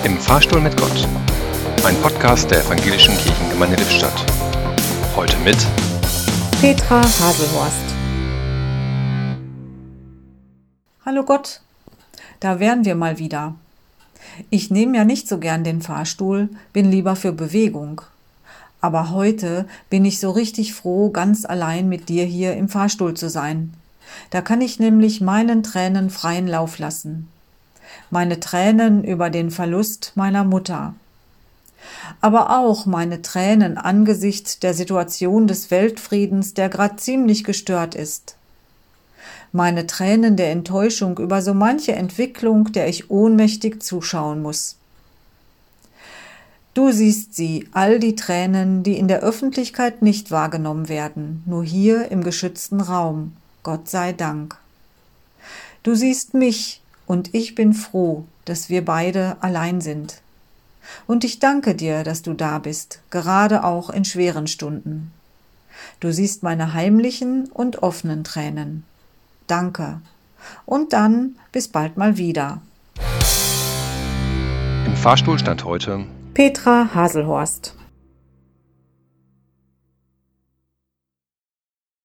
Im Fahrstuhl mit Gott. Ein Podcast der Evangelischen Kirchengemeinde Lippstadt. Heute mit Petra Haselhorst. Hallo Gott, da wären wir mal wieder. Ich nehme ja nicht so gern den Fahrstuhl, bin lieber für Bewegung. Aber heute bin ich so richtig froh, ganz allein mit dir hier im Fahrstuhl zu sein. Da kann ich nämlich meinen Tränen freien Lauf lassen. Meine Tränen über den Verlust meiner Mutter. Aber auch meine Tränen angesichts der Situation des Weltfriedens, der gerade ziemlich gestört ist. Meine Tränen der Enttäuschung über so manche Entwicklung, der ich ohnmächtig zuschauen muss. Du siehst sie, all die Tränen, die in der Öffentlichkeit nicht wahrgenommen werden, nur hier im geschützten Raum, Gott sei Dank. Du siehst mich, und ich bin froh, dass wir beide allein sind. Und ich danke dir, dass du da bist, gerade auch in schweren Stunden. Du siehst meine heimlichen und offenen Tränen. Danke. Und dann bis bald mal wieder. Im Fahrstuhl stand heute Petra Haselhorst.